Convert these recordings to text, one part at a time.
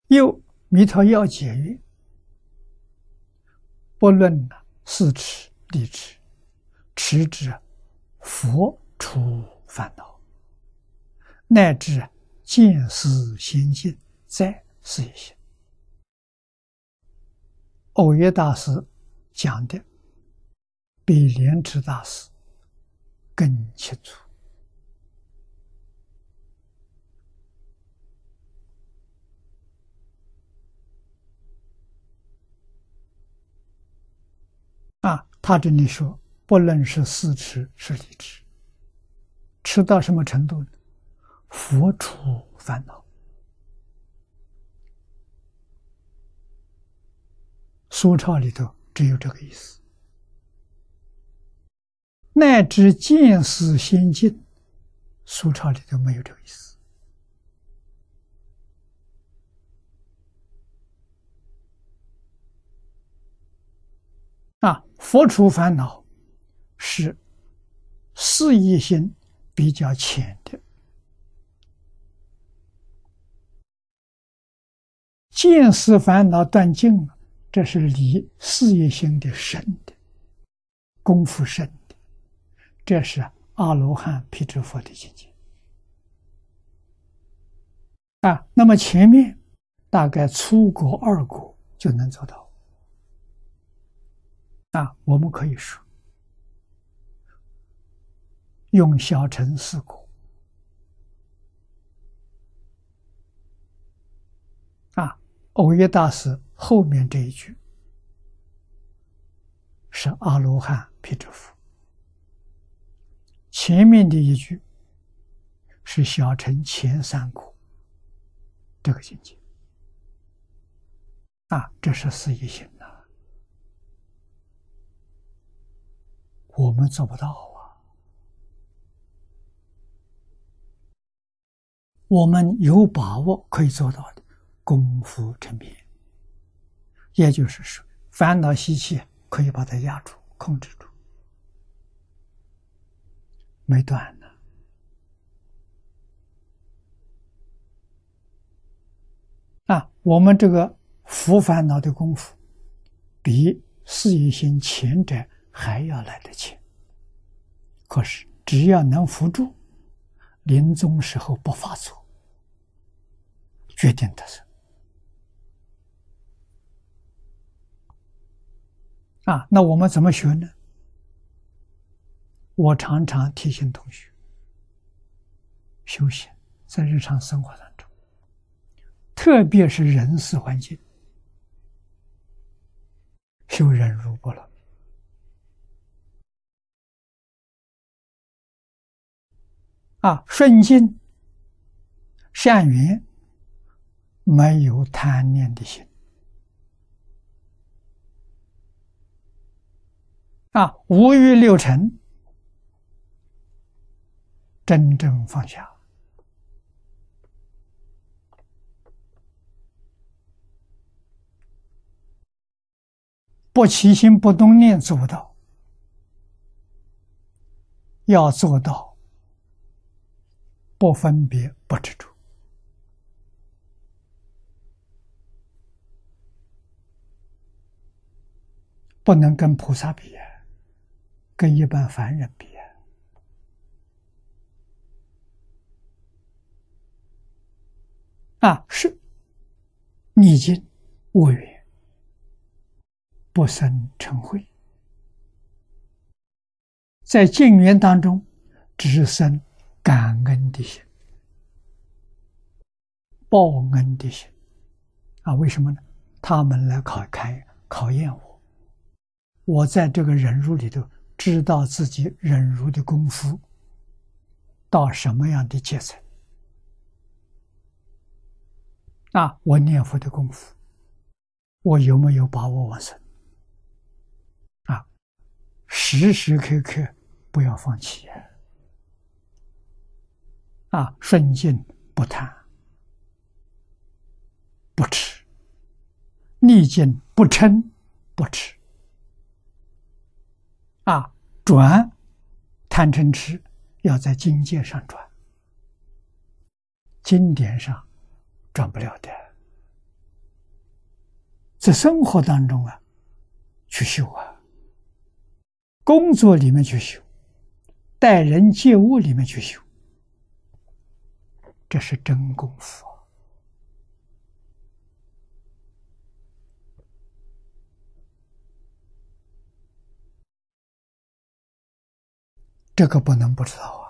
又弥陀要解曰：不论四持、力持，持之佛除烦恼，乃至见思先进，在是一心。欧耶大师讲的比莲池大师更清楚。他这里说，不论是四持是力持，持到什么程度呢？佛除烦恼。苏钞里头只有这个意思。乃至见思先进，苏钞里头没有这个意思。佛除烦恼是事业心比较浅的，见思烦恼断尽了，这是离事业心的深的功夫深的，这是阿罗汉辟支佛的境界。那么前面大概初果二果就能做到。我们可以说用小乘四果欧耶大师后面这一句是阿罗汉辟支佛，前面的一句是小乘前三果，这个境界这是事业心我们做不到我们有把握可以做到的，功夫成片，也就是说烦恼习气可以把它压住控制住，没断呢。我们这个伏烦恼的功夫比事业心前者还要来得浅，可是只要能扶住，临终时候不发作，决定得胜。那我们怎么学呢？我常常提醒同学，修行在日常生活当中，特别是人事环境，修忍辱不能。顺境善缘，没有贪念的心。五欲六尘，真正放下。不起心不动念做不到，要做到不分别不执着。不能跟菩萨比，跟一般凡人比。是逆境恶缘，不生嗔恚，在境缘当中只生感恩的心，报恩的心。为什么呢？他们来考验我，我在这个忍辱里头知道自己忍辱的功夫到什么样的阶层。我念佛的功夫，我有没有把握往生？时时刻刻不要放弃顺境不贪，不吃；逆境不嗔，不吃。转贪嗔痴要在境界上转，经典上转不了的。 在生活当中啊去修啊，工作里面去修，待人接物里面去修，这是真功夫。这个不能不知道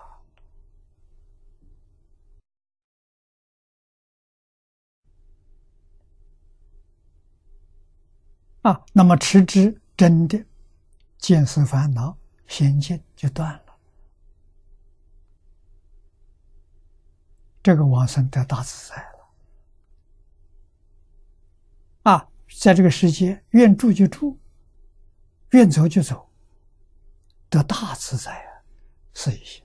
那么持之真的见思烦恼先见就断了，这个往生得大自在了在这个世界愿住就住，愿走就走，得大自在是一些。